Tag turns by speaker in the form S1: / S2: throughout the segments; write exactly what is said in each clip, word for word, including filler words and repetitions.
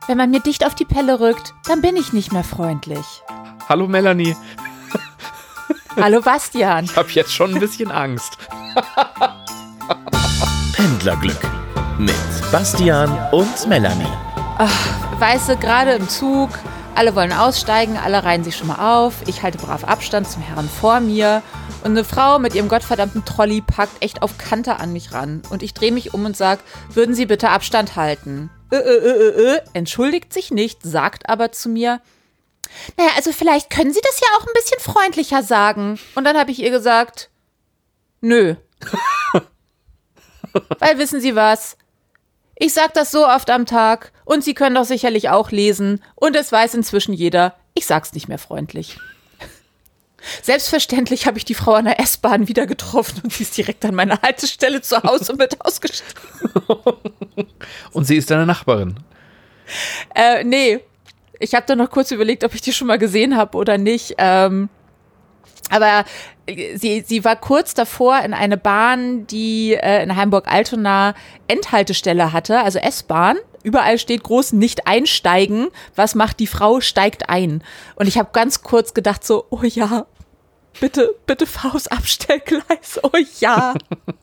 S1: Wenn man mir dicht auf die Pelle rückt, dann bin ich nicht mehr freundlich.
S2: Hallo Melanie.
S1: Hallo Bastian.
S2: Ich habe jetzt schon ein bisschen Angst.
S3: Pendlerglück mit Bastian und Melanie.
S1: Ach, weißt du, gerade im Zug, alle wollen aussteigen, alle reihen sich schon mal auf. Ich halte brav Abstand zum Herrn vor mir. Und eine Frau mit ihrem gottverdammten Trolley packt echt auf Kante an mich ran. Und ich drehe mich um und sage, würden Sie bitte Abstand halten? Äh, äh, äh, äh, entschuldigt sich nicht, sagt aber zu mir, naja, also vielleicht können Sie das ja auch ein bisschen freundlicher sagen. Und dann habe ich ihr gesagt, nö. Weil wissen Sie was? Ich sag das so oft am Tag und Sie können doch sicherlich auch lesen und es weiß inzwischen jeder, ich sag's nicht mehr freundlich. Selbstverständlich habe ich die Frau an der S-Bahn wieder getroffen und sie ist direkt an meiner Haltestelle zu Hause mit ausgestiegen.
S2: Und sie ist deine Nachbarin?
S1: Äh, nee. Ich habe da noch kurz überlegt, ob ich die schon mal gesehen habe oder nicht. Ähm, aber sie, sie war kurz davor in eine Bahn, die äh, in Hamburg-Altona Endhaltestelle hatte, also S-Bahn. Überall steht groß, nicht einsteigen. Was macht die Frau? Steigt ein. Und ich habe ganz kurz gedacht so, oh ja, bitte, bitte fahr aufs Abstellgleis, oh ja.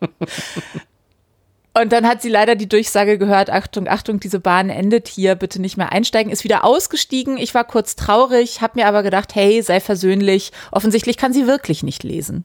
S1: Und dann hat sie leider die Durchsage gehört, Achtung, Achtung, diese Bahn endet hier, bitte nicht mehr einsteigen, ist wieder ausgestiegen. Ich war kurz traurig, habe mir aber gedacht, hey, sei versöhnlich. Offensichtlich kann sie wirklich nicht lesen.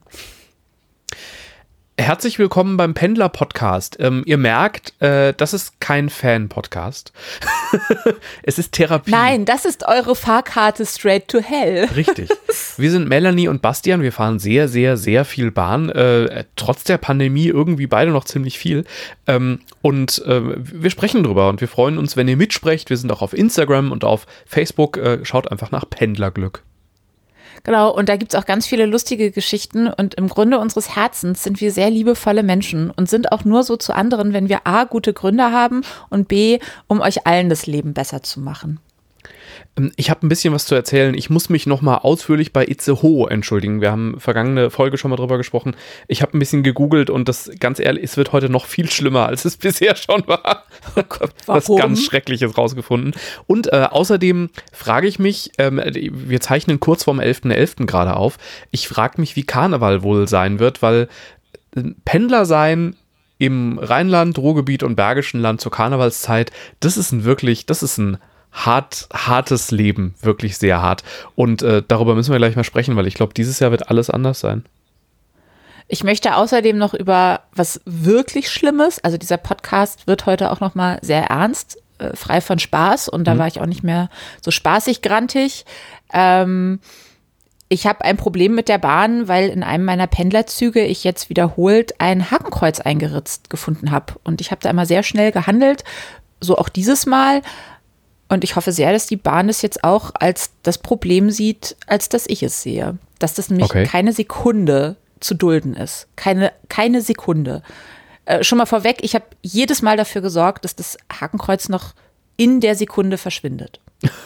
S2: Herzlich willkommen beim Pendler-Podcast. Ähm, ihr merkt, äh, das ist kein Fan-Podcast. Es ist Therapie.
S1: Nein, das ist eure Fahrkarte straight to hell.
S2: Richtig. Wir sind Melanie und Bastian. Wir fahren sehr, sehr, sehr viel Bahn. Äh, trotz der Pandemie irgendwie beide noch ziemlich viel. Ähm, und äh, wir sprechen drüber und wir freuen uns, wenn ihr mitsprecht. Wir sind auch auf Instagram und auf Facebook. Äh, schaut einfach nach Pendlerglück.
S1: Genau, und da gibt's auch ganz viele lustige Geschichten und im Grunde unseres Herzens sind wir sehr liebevolle Menschen und sind auch nur so zu anderen, wenn wir A, gute Gründe haben und B, um euch allen das Leben besser zu machen.
S2: Ich habe ein bisschen was zu erzählen. Ich muss mich nochmal ausführlich bei Itzehoe entschuldigen. Wir haben vergangene Folge schon mal drüber gesprochen. Ich habe ein bisschen gegoogelt und das, ganz ehrlich, es wird heute noch viel schlimmer, als es bisher schon war.
S1: Oh Gott,
S2: was ganz Schreckliches rausgefunden. Und äh, außerdem frage ich mich, ähm, wir zeichnen kurz vorm elften elften gerade auf, ich frage mich, wie Karneval wohl sein wird, weil Pendler sein im Rheinland, Ruhrgebiet und Bergischen Land zur Karnevalszeit, das ist ein wirklich, das ist ein Hart, hartes Leben, wirklich sehr hart. Und äh, darüber müssen wir gleich mal sprechen, weil ich glaube, dieses Jahr wird alles anders sein.
S1: Ich möchte außerdem noch über was wirklich Schlimmes, also dieser Podcast wird heute auch noch mal sehr ernst, äh, frei von Spaß und da mhm. war ich auch nicht mehr so spaßig grantig. Ähm, ich habe ein Problem mit der Bahn, weil in einem meiner Pendlerzüge ich jetzt wiederholt ein Hakenkreuz eingeritzt gefunden habe. Und ich habe da immer sehr schnell gehandelt, so auch dieses Mal. Und ich hoffe sehr, dass die Bahn das jetzt auch als das Problem sieht, als dass ich es sehe. Dass das nämlich okay. keine Sekunde zu dulden ist. Keine, keine Sekunde. Äh, schon mal vorweg, ich habe jedes Mal dafür gesorgt, dass das Hakenkreuz noch in der Sekunde verschwindet.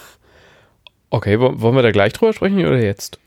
S2: Okay, wollen wir da gleich drüber sprechen oder jetzt?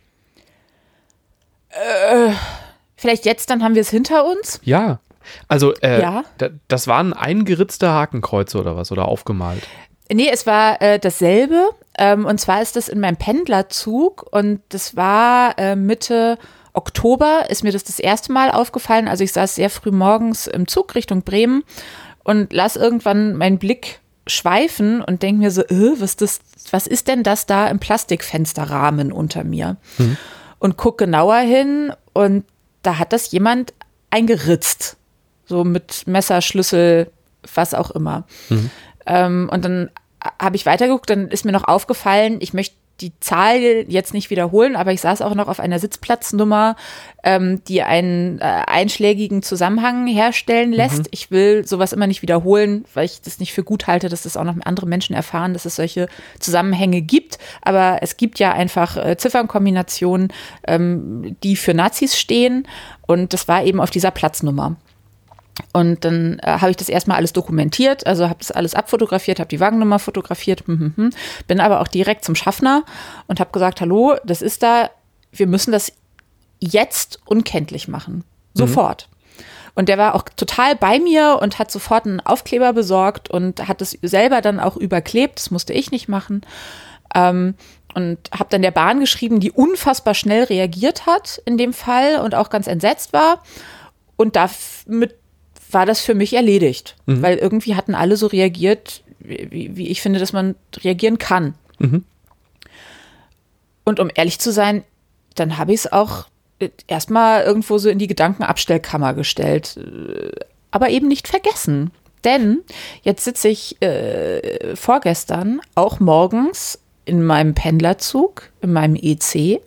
S1: Äh, vielleicht jetzt, dann haben wir es hinter uns?
S2: Ja. Also, äh,
S1: ja?
S2: d- das waren eingeritzte Hakenkreuze oder was? Oder aufgemalt?
S1: Nee, es war äh, dasselbe. Ähm, und zwar ist das in meinem Pendlerzug. Und das war äh, Mitte Oktober, ist mir das das erste Mal aufgefallen. Also ich saß sehr früh morgens im Zug Richtung Bremen und las irgendwann meinen Blick schweifen und denke mir so, äh, was, das, was ist denn das da im Plastikfensterrahmen unter mir? Mhm. Und guck genauer hin und da hat das jemand eingeritzt. So mit Messer, Schlüssel, was auch immer. Mhm. Ähm, und dann habe ich weitergeguckt, dann ist mir noch aufgefallen, ich möchte die Zahl jetzt nicht wiederholen, aber ich saß auch noch auf einer Sitzplatznummer, ähm, die einen äh, einschlägigen Zusammenhang herstellen lässt. Mhm. Ich will sowas immer nicht wiederholen, weil ich das nicht für gut halte, dass das auch noch andere Menschen erfahren, dass es solche Zusammenhänge gibt. Aber es gibt ja einfach äh, Ziffernkombinationen, ähm, die für Nazis stehen. Und das war eben auf dieser Platznummer. Und dann äh, habe ich das erstmal alles dokumentiert, also habe das alles abfotografiert, habe die Wagennummer fotografiert, hm, hm, hm. Bin aber auch direkt zum Schaffner und habe gesagt, hallo, das ist da, wir müssen das jetzt unkenntlich machen, sofort. Mhm. Und der war auch total bei mir und hat sofort einen Aufkleber besorgt und hat es selber dann auch überklebt. Das musste ich nicht machen. Ähm, und habe dann der Bahn geschrieben, die unfassbar schnell reagiert hat in dem Fall und auch ganz entsetzt war. Und damit war das für mich erledigt. Mhm. Weil irgendwie hatten alle so reagiert, wie, wie ich finde, dass man reagieren kann. Mhm. Und um ehrlich zu sein, dann habe ich es auch erstmal irgendwo so in die Gedankenabstellkammer gestellt. Aber eben nicht vergessen. Denn jetzt sitze ich äh, vorgestern auch morgens in meinem Pendlerzug, in meinem E C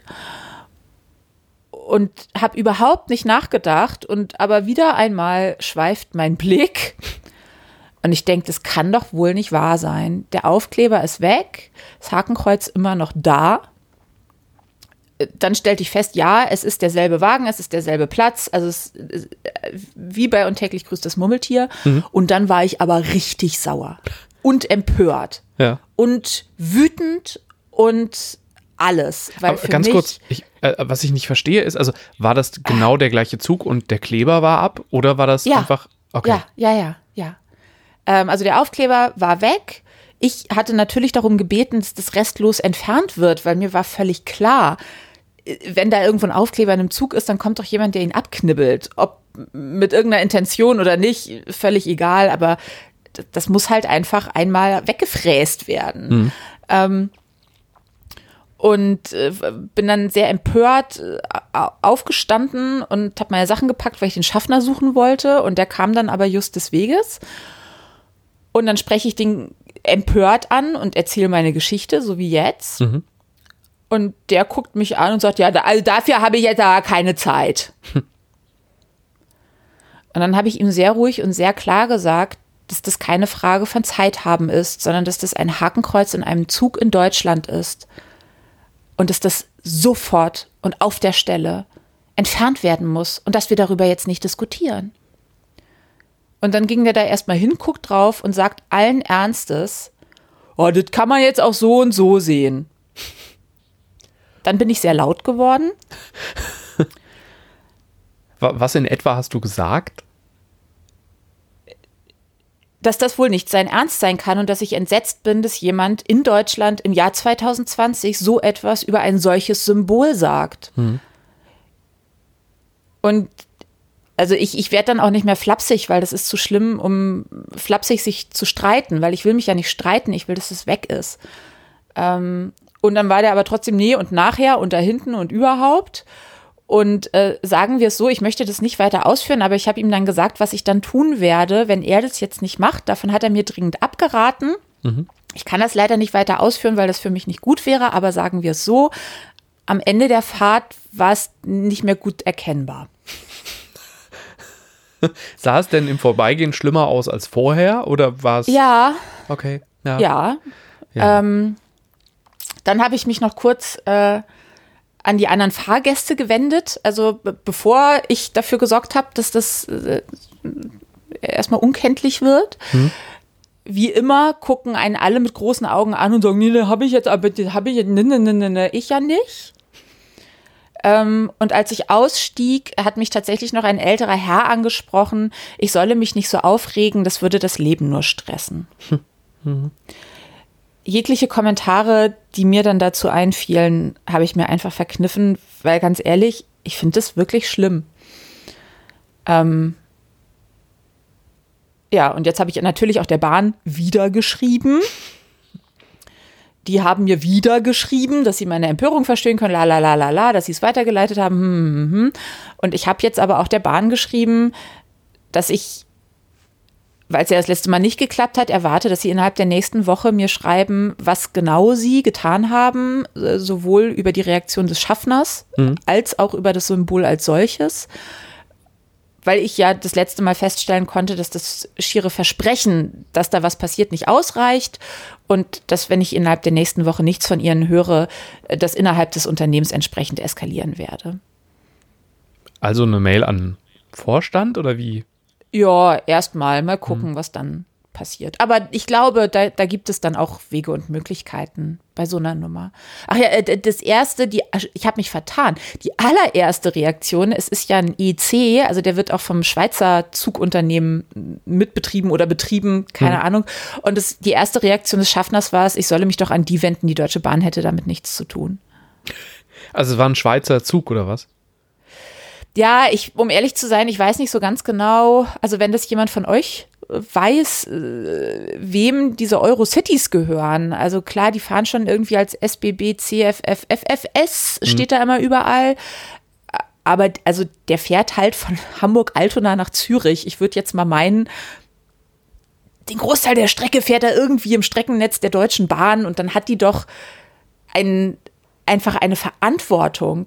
S1: und habe überhaupt nicht nachgedacht und aber wieder einmal schweift mein Blick und ich denke, das kann doch wohl nicht wahr sein. Der Aufkleber ist weg, das Hakenkreuz immer noch da. Dann stellte ich fest, ja, es ist derselbe Wagen, es ist derselbe Platz, also es ist wie bei Und täglich grüßt das Murmeltier. Mhm. Und dann war ich aber richtig sauer und empört
S2: ja.
S1: und wütend und alles. Weil
S2: aber
S1: für
S2: ganz
S1: mich,
S2: kurz, ich, äh, was ich nicht verstehe ist, also war das genau der gleiche Zug und der Kleber war ab oder war das
S1: ja,
S2: einfach, okay.
S1: Ja, ja, ja, ja. Ähm, also der Aufkleber war weg. Ich hatte natürlich darum gebeten, dass das restlos entfernt wird, weil mir war völlig klar, wenn da irgendwo ein Aufkleber in einem Zug ist, dann kommt doch jemand, der ihn abknibbelt. Ob mit irgendeiner Intention oder nicht, völlig egal, aber das muss halt einfach einmal weggefräst werden. Mhm. Ähm, und äh, bin dann sehr empört äh, aufgestanden und habe meine Sachen gepackt, weil ich den Schaffner suchen wollte. Und der kam dann aber just des Weges. Und dann spreche ich den empört an und erzähle meine Geschichte, so wie jetzt. Mhm. Und der guckt mich an und sagt, ja, da, also dafür habe ich jetzt aber keine Zeit. Hm. Und dann habe ich ihm sehr ruhig und sehr klar gesagt, dass das keine Frage von Zeit haben ist, sondern dass das ein Hakenkreuz in einem Zug in Deutschland ist. Und dass das sofort und auf der Stelle entfernt werden muss und dass wir darüber jetzt nicht diskutieren. Und dann ging der da erstmal hin, guckt drauf und sagt allen Ernstes, oh, das kann man jetzt auch so und so sehen. Dann bin ich sehr laut geworden.
S2: Was in etwa hast du gesagt?
S1: Dass das wohl nicht sein Ernst sein kann und dass ich entsetzt bin, dass jemand in Deutschland im Jahr zwanzig zwanzig so etwas über ein solches Symbol sagt. Hm. Und also ich, ich werde dann auch nicht mehr flapsig, weil das ist zu schlimm, um flapsig sich zu streiten, weil ich will mich ja nicht streiten, ich will, dass es weg ist. Ähm, und dann war der aber trotzdem nee und nachher und da hinten und überhaupt. Und äh, sagen wir es so, ich möchte das nicht weiter ausführen, aber ich habe ihm dann gesagt, was ich dann tun werde, wenn er das jetzt nicht macht. Davon hat er mir dringend abgeraten. Mhm. Ich kann das leider nicht weiter ausführen, weil das für mich nicht gut wäre, aber sagen wir es so, am Ende der Fahrt war es nicht mehr gut erkennbar.
S2: Sah es denn im Vorbeigehen schlimmer aus als vorher oder war es?
S1: Ja.
S2: Okay. Ja.
S1: Ja.
S2: ja.
S1: Ähm, dann habe ich mich noch kurz äh, an die anderen Fahrgäste gewendet, also b- bevor ich dafür gesorgt habe, dass das äh, erstmal unkenntlich wird. Hm. Wie immer gucken einen alle mit großen Augen an und sagen, nee, ne, habe ich jetzt, aber habe ich jetzt, ne, ne, ne, ne, ich ja nicht. Ähm, und als ich ausstieg, hat mich tatsächlich noch ein älterer Herr angesprochen, ich solle mich nicht so aufregen, das würde das Leben nur stressen. Hm. Mhm. Jegliche Kommentare, die mir dann dazu einfielen, habe ich mir einfach verkniffen, weil ganz ehrlich, ich finde das wirklich schlimm. Ähm ja, und jetzt habe ich natürlich auch der Bahn wieder geschrieben. Die haben mir wieder geschrieben, dass sie meine Empörung verstehen können, la la la la la, dass sie es weitergeleitet haben. Hm, hm, hm. Und ich habe jetzt aber auch der Bahn geschrieben, dass ich, weil es ja das letzte Mal nicht geklappt hat, erwarte, dass sie innerhalb der nächsten Woche mir schreiben, was genau sie getan haben, sowohl über die Reaktion des Schaffners mhm. als auch über das Symbol als solches. Weil ich ja das letzte Mal feststellen konnte, dass das schiere Versprechen, dass da was passiert, nicht ausreicht und dass, wenn ich innerhalb der nächsten Woche nichts von ihnen höre, das innerhalb des Unternehmens entsprechend eskalieren werde.
S2: Also eine Mail an Vorstand oder wie?
S1: Ja, erstmal mal gucken, hm. was dann passiert. Aber ich glaube, da, da gibt es dann auch Wege und Möglichkeiten bei so einer Nummer. Ach ja, das erste, die, ich habe mich vertan. Die allererste Reaktion, es ist ja ein E C, also der wird auch vom Schweizer Zugunternehmen mitbetrieben oder betrieben, keine mhm. Ahnung. Und das, die erste Reaktion des Schaffners war es, ich solle mich doch an die wenden, die Deutsche Bahn hätte damit nichts zu tun.
S2: Also es war ein Schweizer Zug oder was?
S1: Ja, ich, um ehrlich zu sein, ich weiß nicht so ganz genau, also wenn das jemand von euch weiß, wem diese Eurocities gehören. Also klar, die fahren schon irgendwie als S B B, C F F, F F S, steht mhm. da immer überall. Aber also der fährt halt von Hamburg-Altona nach Zürich. Ich würde jetzt mal meinen, den Großteil der Strecke fährt er irgendwie im Streckennetz der Deutschen Bahn und dann hat die doch ein, einfach eine Verantwortung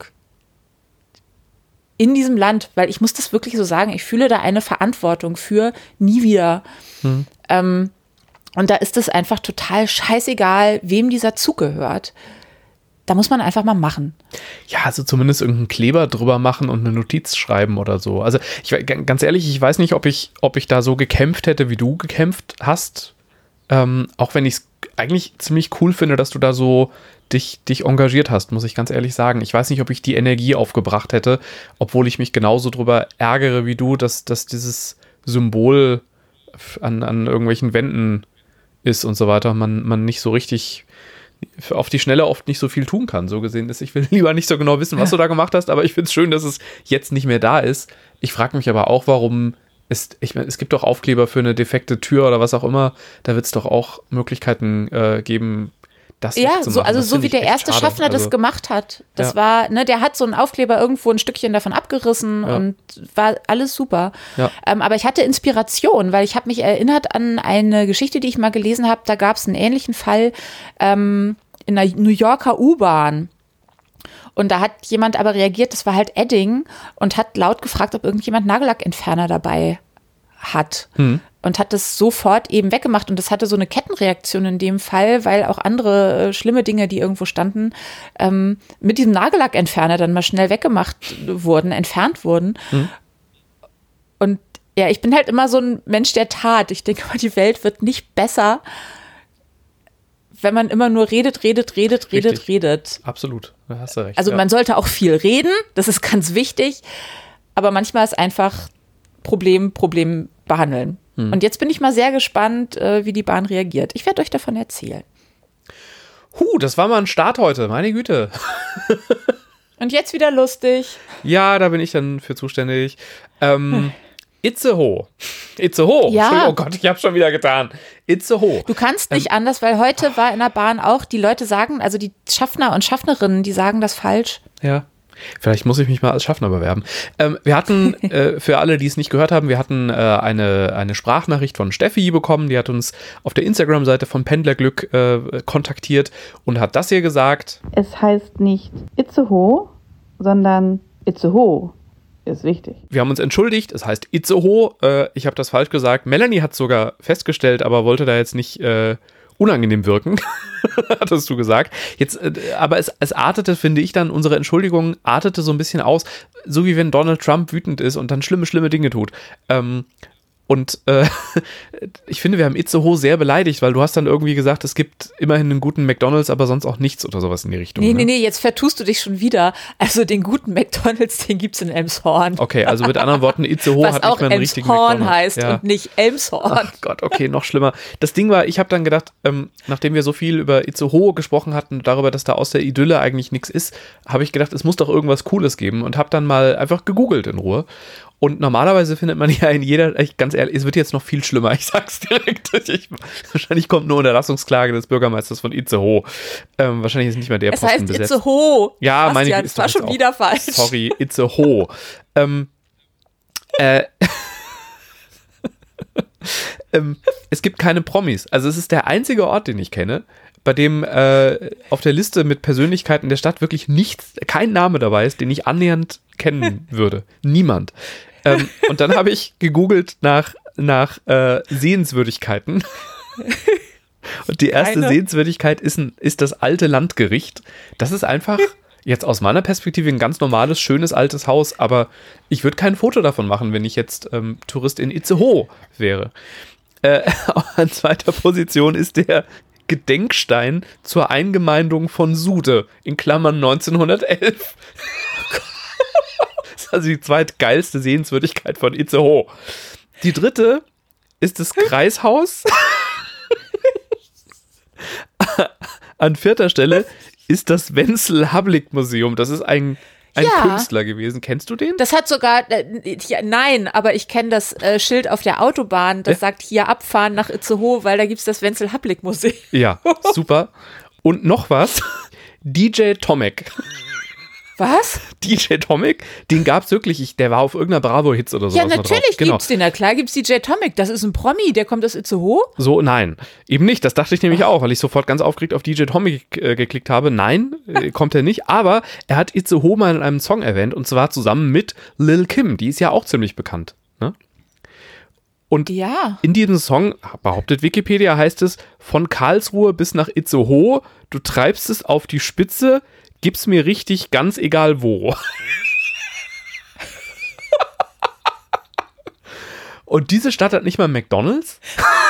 S1: in diesem Land, weil ich muss das wirklich so sagen, ich fühle da eine Verantwortung für nie wieder. Hm. Ähm, und da ist es einfach total scheißegal, wem dieser Zug gehört. Da muss man einfach mal machen.
S2: Ja, also zumindest irgendeinen Kleber drüber machen und eine Notiz schreiben oder so. Also ich ganz ehrlich, ich weiß nicht, ob ich, ob ich da so gekämpft hätte, wie du gekämpft hast. Ähm, auch wenn ich es eigentlich ziemlich cool finde, dass du da so dich, dich engagiert hast, muss ich ganz ehrlich sagen. Ich weiß nicht, ob ich die Energie aufgebracht hätte, obwohl ich mich genauso drüber ärgere wie du, dass, dass dieses Symbol an, an irgendwelchen Wänden ist und so weiter, man, man nicht so richtig auf die Schnelle oft nicht so viel tun kann, so gesehen ist. Ich will lieber nicht so genau wissen, was du da gemacht hast, aber ich finde es schön, dass es jetzt nicht mehr da ist. Ich frage mich aber auch, warum es, ich meine, es gibt doch Aufkleber für eine defekte Tür oder was auch immer, da wird es doch auch Möglichkeiten äh, geben, das
S1: ja, so, also so wie der erste schade. Schaffner also, das gemacht hat. Das ja. war, ne, der hat so einen Aufkleber irgendwo ein Stückchen davon abgerissen ja. und war alles super. Ja. Ähm, aber ich hatte Inspiration, weil ich habe mich erinnert an eine Geschichte, die ich mal gelesen habe. Da gab es einen ähnlichen Fall ähm, in einer New Yorker U-Bahn. Und da hat jemand aber reagiert, das war halt Edding, und hat laut gefragt, ob irgendjemand Nagellackentferner dabei hat. Hm. Und hat das sofort eben weggemacht. Und das hatte so eine Kettenreaktion in dem Fall, weil auch andere äh, schlimme Dinge, die irgendwo standen, ähm, mit diesem Nagellackentferner dann mal schnell weggemacht wurden, entfernt wurden. Mhm. Und ja, ich bin halt immer so ein Mensch der Tat. Ich denke mal, die Welt wird nicht besser, wenn man immer nur redet, redet, redet, redet, Richtig. redet.
S2: Absolut, da hast du recht.
S1: Also
S2: ja.
S1: man sollte auch viel reden, das ist ganz wichtig. Aber manchmal ist einfach Problem, Problem behandeln. Hm. Und jetzt bin ich mal sehr gespannt, wie die Bahn reagiert. Ich werde euch davon erzählen.
S2: Huh, das war mal ein Start heute, meine Güte.
S1: Und jetzt wieder lustig.
S2: Ja, da bin ich dann für zuständig. Ähm, Itzehoe. Itzehoe.
S1: Ja.
S2: Oh Gott, ich hab's schon wieder getan. Itzehoe.
S1: Du kannst nicht ähm, anders, weil heute war in der Bahn auch, die Leute sagen, also die Schaffner und Schaffnerinnen, die sagen das falsch.
S2: Ja. Vielleicht muss ich mich mal als Schaffner bewerben. Ähm, wir hatten, äh, für alle, die es nicht gehört haben, wir hatten äh, eine, eine Sprachnachricht von Steffi bekommen, die hat uns auf der Instagram-Seite von Pendlerglück äh, kontaktiert und hat das hier gesagt.
S4: Es heißt nicht Itzehoe, sondern Itzehoe. Ist wichtig.
S2: Wir haben uns entschuldigt, es heißt Itzehoe. Äh, ich habe das falsch gesagt. Melanie hat es sogar festgestellt, aber wollte da jetzt nicht äh, unangenehm wirken, hattest du gesagt. Jetzt, äh, aber es, es artete, finde ich dann, unsere Entschuldigung artete so ein bisschen aus, so wie wenn Donald Trump wütend ist und dann schlimme, schlimme Dinge tut. Ähm, Und äh, ich finde, wir haben Itzehoe sehr beleidigt, weil du hast dann irgendwie gesagt, es gibt immerhin einen guten McDonald's, aber sonst auch nichts oder sowas in die Richtung.
S1: Nee,
S2: ne?
S1: nee, nee, jetzt vertust du dich schon wieder. Also den guten McDonald's, den gibt's in Elmshorn.
S2: Okay, also mit anderen Worten, Itzehoe hat nicht mehr einen richtigen McDonald's.
S1: Was auch Elmshorn heißt ja. und nicht Elmshorn.
S2: Ach Gott, okay, noch schlimmer. Das Ding war, ich habe dann gedacht, ähm, nachdem wir so viel über Itzehoe gesprochen hatten, darüber, dass da aus der Idylle eigentlich nichts ist, habe ich gedacht, es muss doch irgendwas Cooles geben und habe dann mal einfach gegoogelt in Ruhe. Und normalerweise findet man ja in jeder, ich, ganz ehrlich, es wird jetzt noch viel schlimmer, ich sag's direkt. Ich, wahrscheinlich kommt eine Unterlassungsklage des Bürgermeisters von Itzehoe. Ähm, wahrscheinlich ist nicht mehr der
S1: es
S2: Posten
S1: heißt
S2: besetzt.
S1: Itzehoe.
S2: Ja, meine
S1: Bastian, das war schon wieder falsch.
S2: Sorry, Itzehoe. ähm, äh, ähm, es gibt keine Promis. Also es ist der einzige Ort, den ich kenne, bei dem äh, auf der Liste mit Persönlichkeiten der Stadt wirklich nichts, kein Name dabei ist, den ich annähernd kennen würde. Niemand. Ähm, und dann habe ich gegoogelt nach, nach äh, Sehenswürdigkeiten. Und die erste Keine. Sehenswürdigkeit ist, ein, ist das alte Landgericht. Das ist einfach jetzt aus meiner Perspektive ein ganz normales, schönes, altes Haus, aber ich würde kein Foto davon machen, wenn ich jetzt ähm, Tourist in Itzehoe wäre. Äh, an zweiter Position ist der Gedenkstein zur Eingemeindung von Sude, in Klammern neunzehnhundertelf. Das ist also die zweitgeilste Sehenswürdigkeit von Itzehoe. Die dritte ist das Kreishaus. An vierter Stelle ist das Wenzel-Hablik-Museum. Das ist ein, ein
S1: Ja.
S2: Künstler gewesen. Kennst du den?
S1: Das hat sogar, äh, ja, nein, aber ich kenne das äh, Schild auf der Autobahn, das
S2: Äh?
S1: sagt hier abfahren nach Itzehoe, weil da gibt es das Wenzel-Hablik-Museum.
S2: Ja, super. Und noch was. D J Tomek.
S1: Was?
S2: D J Tomek, den gab es wirklich, ich, der war auf irgendeiner Bravo-Hits oder so.
S1: Ja, natürlich
S2: genau.
S1: gibt's den, na klar gibt's D J Tomek, das ist ein Promi, der kommt aus Itzehoe.
S2: So, nein, eben nicht, das dachte ich nämlich auch, weil ich sofort ganz aufgeregt auf D J Tomek äh, geklickt habe. Nein, äh, kommt er nicht, aber er hat Itzehoe mal in einem Song erwähnt und zwar zusammen mit Lil Kim, die ist ja auch ziemlich bekannt. Ne? Und
S1: Ja.
S2: in diesem Song, behauptet Wikipedia, heißt es, von Karlsruhe bis nach Itzehoe, du treibst es auf die Spitze, gib's mir richtig, ganz egal wo. Und diese Stadt hat nicht mal McDonald's?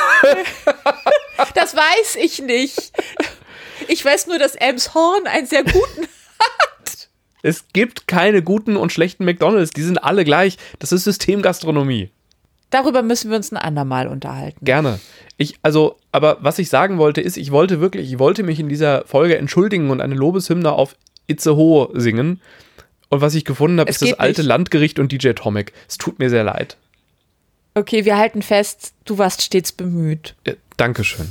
S1: Das weiß ich nicht. Ich weiß nur, dass Elmshorn einen sehr guten hat.
S2: Es gibt keine guten und schlechten McDonald's, die sind alle gleich. Das ist Systemgastronomie.
S1: Darüber müssen wir uns ein andermal unterhalten.
S2: Gerne. Ich, also, aber was ich sagen wollte, ist, ich wollte wirklich, ich wollte mich in dieser Folge entschuldigen und eine Lobeshymne auf Itzehoe singen. Und was ich gefunden habe,
S1: Es
S2: ist das
S1: geht
S2: alte
S1: nicht.
S2: Landgericht und D J Tomek. Es tut mir sehr leid.
S1: Okay, wir halten fest, du warst stets bemüht.
S2: Äh, Dankeschön.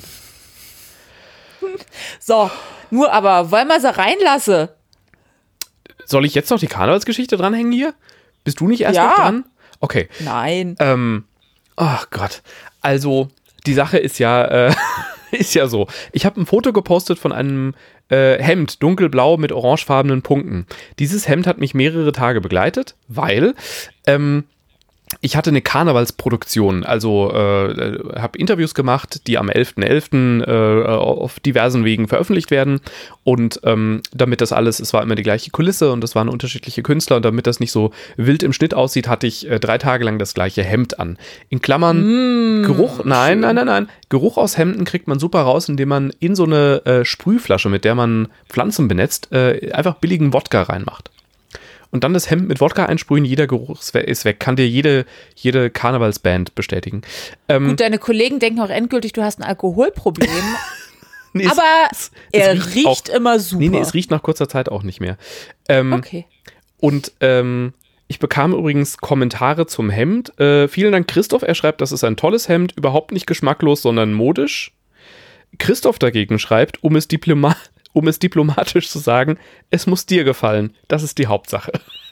S1: So, nur aber, wollen wir sie reinlassen?
S2: Soll ich jetzt noch die Karnevalsgeschichte dranhängen hier? Bist du nicht erst
S1: Ja.
S2: noch dran? Okay.
S1: Nein.
S2: Ähm, ach Gott. Also, die Sache ist ja, äh, ist ja so. Ich habe ein Foto gepostet von einem äh, Hemd, dunkelblau mit orangefarbenen Punkten. Dieses Hemd hat mich mehrere Tage begleitet, weil ähm, ich hatte eine Karnevalsproduktion, also äh, habe Interviews gemacht, die am elften elften Äh, auf diversen Wegen veröffentlicht werden und ähm, damit das alles, es war immer die gleiche Kulisse und es waren unterschiedliche Künstler und damit das nicht so wild im Schnitt aussieht, hatte ich äh, drei Tage lang das gleiche Hemd an. In Klammern Geruch, nein, nein, nein, nein, Geruch aus Hemden kriegt man super raus, indem man in so eine äh, Sprühflasche, mit der man Pflanzen benetzt, äh, einfach billigen Wodka reinmacht. Und dann das Hemd mit Wodka einsprühen, jeder Geruch ist weg. Kann dir jede, jede Karnevalsband bestätigen. Ähm,
S1: Gut, deine Kollegen denken auch endgültig, du hast ein Alkoholproblem.
S2: nee, es-
S1: aber
S2: es,
S1: er
S2: es
S1: riecht,
S2: auch,
S1: immer super.
S2: Nee, nee, es riecht nach kurzer Zeit auch nicht mehr. Ähm,
S1: Okay.
S2: Und ähm, ich bekam übrigens Kommentare zum Hemd. Äh, vielen Dank, Christoph. Er schreibt, das ist ein tolles Hemd, überhaupt nicht geschmacklos, sondern modisch. Christoph dagegen schreibt, um es diploma- um es diplomatisch zu sagen, es muss dir gefallen. Das ist die Hauptsache.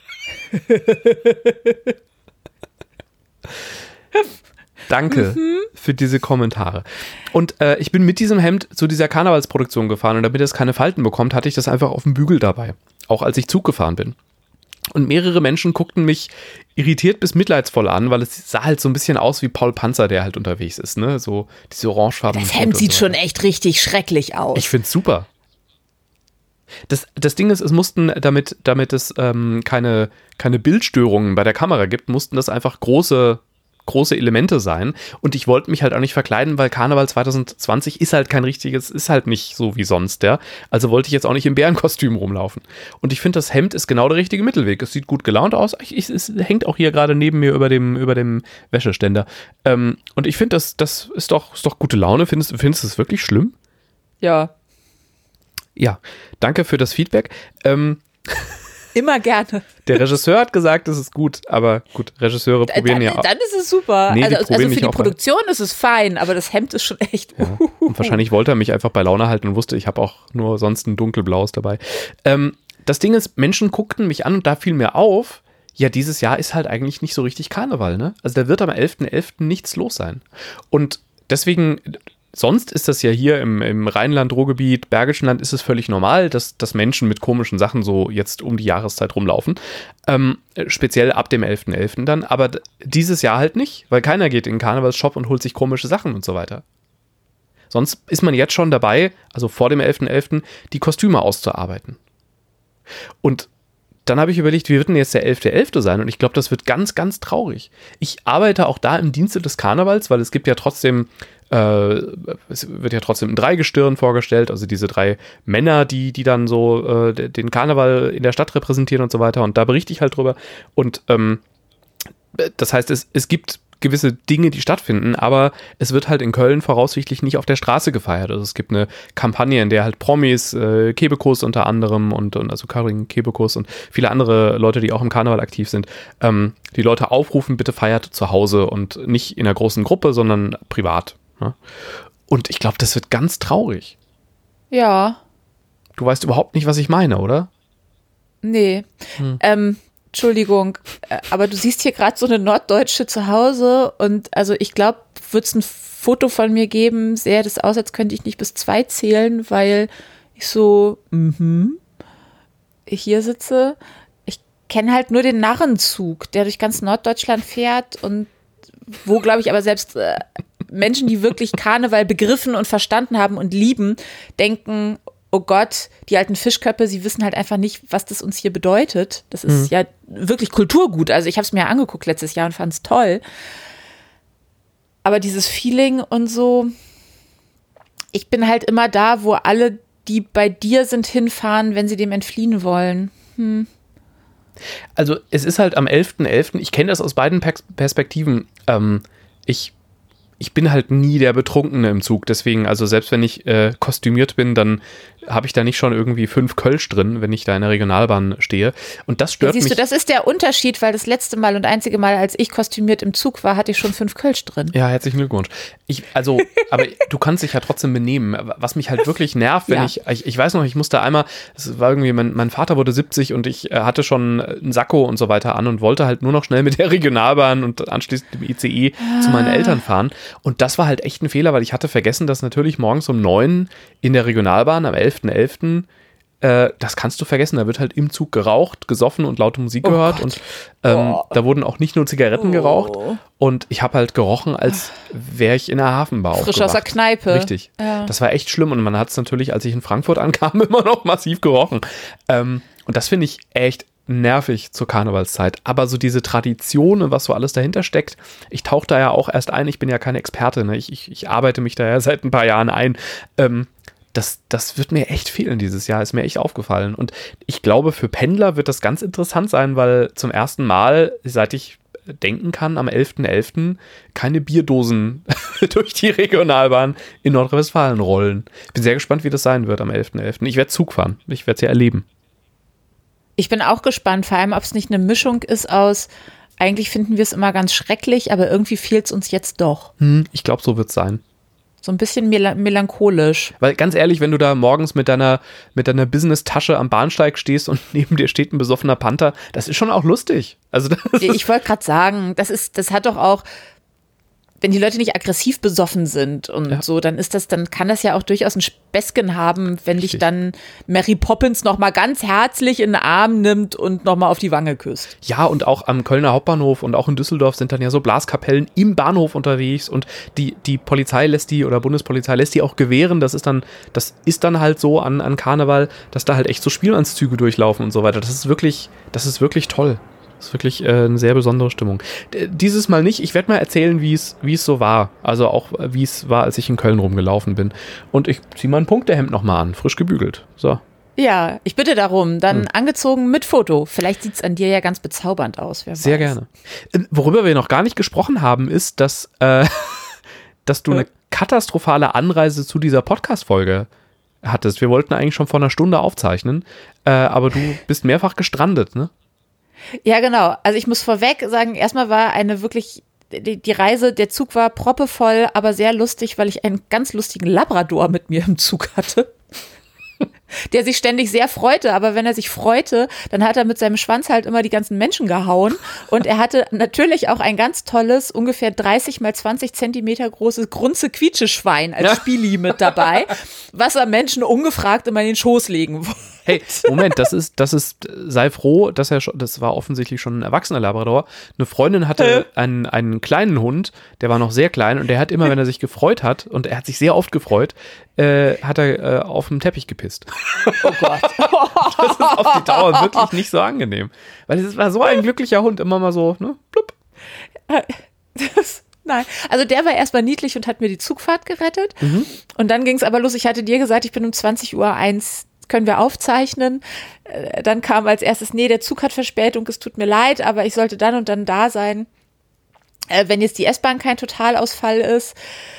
S2: Danke für diese Kommentare. Und äh, ich bin mit diesem Hemd zu dieser Karnevalsproduktion gefahren und damit es keine Falten bekommt, hatte ich das einfach auf dem Bügel dabei. Auch als ich Zug gefahren bin. Und mehrere Menschen guckten mich irritiert bis mitleidsvoll an, weil es sah halt so ein bisschen aus wie Paul Panzer, der halt unterwegs ist, ne? So diese orangefarbenen
S1: Das Hemd
S2: Punkte
S1: sieht
S2: und so
S1: schon echt richtig schrecklich aus.
S2: Ich find's super. Das, das Ding ist, es mussten, damit, damit es ähm, keine, keine Bildstörungen bei der Kamera gibt, mussten das einfach große, große Elemente sein. Und ich wollte mich halt auch nicht verkleiden, weil Karneval zwanzig zwanzig ist halt kein richtiges, ist halt nicht so wie sonst, ja. Also wollte ich jetzt auch nicht im Bärenkostüm rumlaufen. Und ich finde, das Hemd ist genau der richtige Mittelweg. Es sieht gut gelaunt aus. Ich, ich, es hängt auch hier gerade neben mir über dem, über dem Wäscheständer. Ähm, und ich finde, das, das ist doch, ist doch gute Laune. Findest, findest du es wirklich schlimm?
S1: Ja,
S2: Ja, danke für das Feedback. Ähm,
S1: immer gerne.
S2: der Regisseur hat gesagt, es ist gut, aber gut, Regisseure probieren
S1: Dann,
S2: ja auch.
S1: dann ist es super.
S2: Nee, die
S1: also
S2: probieren
S1: also für
S2: mich
S1: die
S2: auch
S1: Produktion ist es fein, aber das Hemd ist schon echt.
S2: Ja. Und wahrscheinlich wollte er mich einfach bei Laune halten und wusste, ich habe auch nur sonst ein dunkelblaues dabei. Ähm, das Ding ist, Menschen guckten mich an und da fiel mir auf, ja, dieses Jahr ist halt eigentlich nicht so richtig Karneval, ne? Also da wird am elften elften nichts los sein. Und deswegen, sonst ist das ja hier im, im Rheinland-Ruhrgebiet, Bergischen Land ist es völlig normal, dass, dass Menschen mit komischen Sachen so jetzt um die Jahreszeit rumlaufen. Ähm, speziell ab dem elften elften dann, aber d- dieses Jahr halt nicht, weil keiner geht in den Karnevalsshop und holt sich komische Sachen und so weiter. Sonst ist man jetzt schon dabei, also vor dem elften elften die Kostüme auszuarbeiten. Und dann habe ich überlegt, wie wird denn jetzt der elfte elfte sein? Und ich glaube, das wird ganz, ganz traurig. Ich arbeite auch da im Dienste des Karnevals, weil es gibt ja trotzdem, äh, es wird ja trotzdem ein Dreigestirn vorgestellt, also diese drei Männer, die, die dann so äh, den Karneval in der Stadt repräsentieren und so weiter. Und da berichte ich halt drüber. Und ähm, das heißt, es, es gibt gewisse Dinge, die stattfinden, aber es wird halt in Köln voraussichtlich nicht auf der Straße gefeiert. Also es gibt eine Kampagne, in der halt Promis, äh, Kebekus unter anderem und, und also Karin Kebekus und viele andere Leute, die auch im Karneval aktiv sind, ähm, die Leute aufrufen, bitte feiert zu Hause und nicht in einer großen Gruppe, sondern privat. Ne? Und ich glaube, das wird ganz traurig.
S1: Ja.
S2: Du weißt überhaupt nicht, was ich meine, oder?
S1: Nee. Hm. Ähm, Entschuldigung, aber du siehst hier gerade so eine Norddeutsche zu Hause und also ich glaube, wird es ein Foto von mir geben, sähe das aus, als könnte ich nicht bis zwei zählen, weil ich so mhm, hier sitze. Ich kenne halt nur den Narrenzug, der durch ganz Norddeutschland fährt und wo, glaube ich, aber selbst äh, Menschen, die wirklich Karneval begriffen und verstanden haben und lieben, denken, oh Gott, die alten Fischköpfe, sie wissen halt einfach nicht, was das uns hier bedeutet. Das ist mhm. ja wirklich Kulturgut. Also ich habe es mir ja angeguckt letztes Jahr und fand es toll. Aber dieses Feeling und so, ich bin halt immer da, wo alle, die bei dir sind, hinfahren, wenn sie dem entfliehen wollen. Hm.
S2: Also es ist halt am elften elften, ich kenne das aus beiden Perspektiven, ähm, ich Ich bin halt nie der Betrunkene im Zug, deswegen, also selbst wenn ich äh, kostümiert bin, dann habe ich da nicht schon irgendwie fünf Kölsch drin, wenn ich da in der Regionalbahn stehe. Und das stört
S1: ja, siehst
S2: mich.
S1: Siehst du, das ist der Unterschied, weil das letzte Mal und einzige Mal, als ich kostümiert im Zug war, hatte ich schon fünf Kölsch drin.
S2: Ja, herzlichen Glückwunsch. Ich, also, aber du kannst dich ja trotzdem benehmen. Was mich halt wirklich nervt, wenn ja. ich, ich, ich weiß noch, ich musste einmal, es war irgendwie, mein, mein Vater wurde siebzig und ich äh, hatte schon einen Sakko und so weiter an und wollte halt nur noch schnell mit der Regionalbahn und anschließend dem I C E ah. zu meinen Eltern fahren. Und das war halt echt ein Fehler, weil ich hatte vergessen, dass natürlich morgens um neun in der Regionalbahn am elften elften äh, das kannst du vergessen, da wird halt im Zug geraucht, gesoffen und laute Musik
S1: oh
S2: gehört
S1: Gott.
S2: und ähm, oh. da wurden auch nicht nur Zigaretten oh. geraucht und ich habe halt gerochen, als wäre ich in der Hafenbar
S1: frisch aus der Kneipe.
S2: Richtig.
S1: Ja.
S2: Das war echt schlimm und man hat es natürlich, als ich in Frankfurt ankam, immer noch massiv gerochen. Ähm, und das finde ich echt nervig zur Karnevalszeit, aber so diese Tradition und was so alles dahinter steckt, ich tauche da ja auch erst ein, ich bin ja kein Experte, ne? ich, ich, ich arbeite mich da ja seit ein paar Jahren ein, ähm, das, das wird mir echt fehlen dieses Jahr, ist mir echt aufgefallen und ich glaube, für Pendler wird das ganz interessant sein, weil zum ersten Mal, seit ich denken kann, am elften elften keine Bierdosen durch die Regionalbahn in Nordrhein-Westfalen rollen. Ich bin sehr gespannt, wie das sein wird am elften elften Ich werde Zug fahren, ich werde es ja erleben.
S1: Ich bin auch gespannt, vor allem, ob es nicht eine Mischung ist aus, eigentlich finden wir es immer ganz schrecklich, aber irgendwie fehlt es uns jetzt doch.
S2: Hm, ich glaube, so wird es sein.
S1: So ein bisschen mel- melancholisch.
S2: Weil ganz ehrlich, wenn du da morgens mit deiner, mit deiner Business-Tasche am Bahnsteig stehst und neben dir steht ein besoffener Panther, das ist schon auch lustig. Also das
S1: ich wollte gerade sagen, das ist, das hat doch auch, wenn die Leute nicht aggressiv besoffen sind und ja. so, dann ist das, dann kann das ja auch durchaus ein Späßchen haben, wenn Richtig. dich dann Mary Poppins noch mal ganz herzlich in den Arm nimmt und noch mal auf die Wange küsst.
S2: Ja, und auch am Kölner Hauptbahnhof und auch in Düsseldorf sind dann ja so Blaskapellen im Bahnhof unterwegs und die, die Polizei lässt die oder Bundespolizei lässt die auch gewähren. Das ist dann, das ist dann halt so an, an Karneval, dass da halt echt so Spielmannszüge durchlaufen und so weiter. Das ist wirklich, das ist wirklich toll. Das ist wirklich äh, eine sehr besondere Stimmung. D- dieses Mal nicht. Ich werde mal erzählen, wie es wie es so war. Also auch, wie es war, als ich in Köln rumgelaufen bin. Und ich ziehe mein Punktehemd nochmal an. Frisch gebügelt. So.
S1: Ja, ich bitte darum. Dann hm. angezogen mit Foto. Vielleicht sieht es an dir ja ganz bezaubernd aus. Wer
S2: sehr
S1: weiß.
S2: gerne. Ähm, worüber wir noch gar nicht gesprochen haben, ist, dass, äh, dass du eine katastrophale Anreise zu dieser Podcast-Folge hattest. Wir wollten eigentlich schon vor einer Stunde aufzeichnen. Äh, aber du bist mehrfach gestrandet, ne?
S1: Ja, genau. Also ich muss vorweg sagen, erstmal war eine wirklich, die, die Reise, der Zug war proppevoll, aber sehr lustig, weil ich einen ganz lustigen Labrador mit mir im Zug hatte, der sich ständig sehr freute, aber wenn er sich freute, dann hat er mit seinem Schwanz halt immer die ganzen Menschen gehauen und er hatte natürlich auch ein ganz tolles, ungefähr dreißig mal zwanzig Zentimeter großes Grunze-Quietsche-Schwein als ja. Spieli mit dabei, was er Menschen ungefragt immer in den Schoß legen wollte.
S2: Hey, Moment, das ist, das ist, sei froh, dass er schon, das war offensichtlich schon ein erwachsener Labrador. Eine Freundin hatte einen, einen kleinen Hund, der war noch sehr klein und der hat immer, wenn er sich gefreut hat, und er hat sich sehr oft gefreut, äh, hat er äh, auf dem Teppich gepisst.
S1: Oh Gott.
S2: Das ist auf die Dauer wirklich nicht so angenehm. Weil es war so ein glücklicher Hund, immer mal so, ne, blub.
S1: Das, nein, also der war erstmal niedlich und hat mir die Zugfahrt gerettet. Mhm. Und dann ging es aber los, ich hatte dir gesagt, ich bin um zwanzig Uhr eins, können wir aufzeichnen. Dann kam als erstes, nee, der Zug hat Verspätung, es tut mir leid, aber ich sollte dann und dann da sein. Wenn jetzt die S-Bahn kein Totalausfall ist,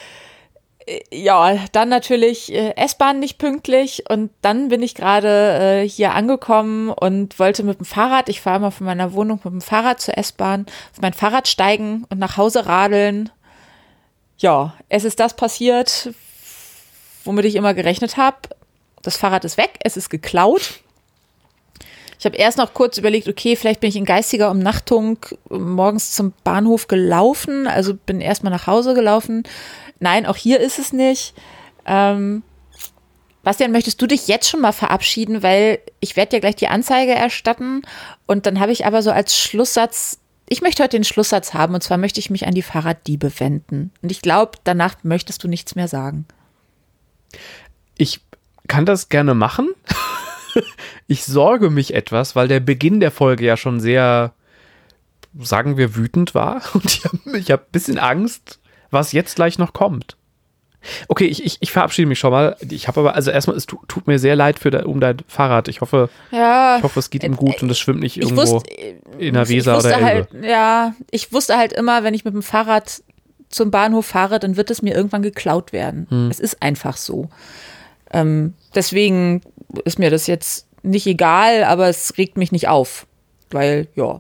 S1: ja, dann natürlich äh, S-Bahn nicht pünktlich und dann bin ich gerade äh, hier angekommen und wollte mit dem Fahrrad, ich fahre mal von meiner Wohnung mit dem Fahrrad zur S-Bahn, auf mein Fahrrad steigen und nach Hause radeln. Ja, es ist das passiert, womit ich immer gerechnet habe. Das Fahrrad ist weg, es ist geklaut. Ich habe erst noch kurz überlegt, okay, vielleicht bin ich in geistiger Umnachtung morgens zum Bahnhof gelaufen, also bin erstmal nach Hause gelaufen. Nein, auch hier ist es nicht. Ähm, Bastian, möchtest du dich jetzt schon mal verabschieden, weil ich werde dir gleich die Anzeige erstatten und dann habe ich aber so als Schlusssatz, ich möchte heute den Schlusssatz haben und zwar möchte ich mich an die Fahrraddiebe wenden und ich glaube, danach möchtest du nichts mehr sagen.
S2: Ich kann das gerne machen. Ich sorge mich etwas, weil der Beginn der Folge ja schon sehr, sagen wir, wütend war und ich habe ich hab ein bisschen Angst, was jetzt gleich noch kommt. Okay, ich, ich, ich verabschiede mich schon mal. Ich habe aber, also erstmal, es tut, tut mir sehr leid für de, um dein Fahrrad. Ich hoffe,
S1: ja,
S2: ich hoffe, es geht ihm gut und es schwimmt nicht irgendwo
S1: wusste,
S2: in der Weser oder Elbe.
S1: Halt, ja, ich wusste halt immer, wenn ich mit dem Fahrrad zum Bahnhof fahre, dann wird es mir irgendwann geklaut werden. Hm. Es ist einfach so. Ähm, deswegen ist mir das jetzt nicht egal, aber es regt mich nicht auf. Weil, ja.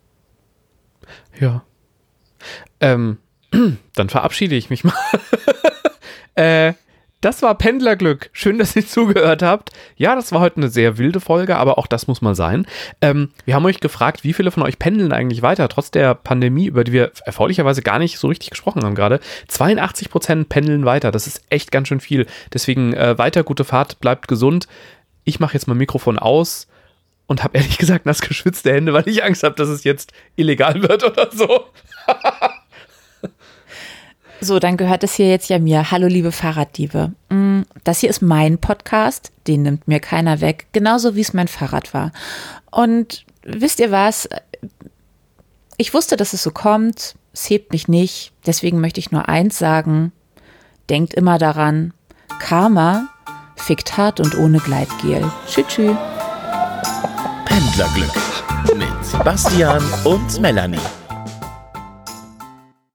S2: Ja. Ähm, dann verabschiede ich mich mal. äh, das war Pendlerglück. Schön, dass ihr zugehört habt. Ja, das war heute eine sehr wilde Folge, aber auch das muss mal sein. Ähm, wir haben euch gefragt, wie viele von euch pendeln eigentlich weiter, trotz der Pandemie, über die wir erfreulicherweise gar nicht so richtig gesprochen haben gerade. zweiundachtzig Prozent pendeln weiter. Das ist echt ganz schön viel. Deswegen äh, weiter, gute Fahrt, bleibt gesund. Ich mache jetzt mein Mikrofon aus und habe ehrlich gesagt nass geschwitzte Hände, weil ich Angst habe, dass es jetzt illegal wird oder so.
S1: So, dann gehört es hier jetzt ja mir. Hallo, liebe Fahrraddiebe. Das hier ist mein Podcast, den nimmt mir keiner weg, genauso wie es mein Fahrrad war. Und wisst ihr was? Ich wusste, dass es so kommt. Es hebt mich nicht. Deswegen möchte ich nur eins sagen. Denkt immer daran, Karma fickt hart und ohne Gleitgel. Tschüss, tschüss.
S3: Pendlerglück mit Bastian und Melanie.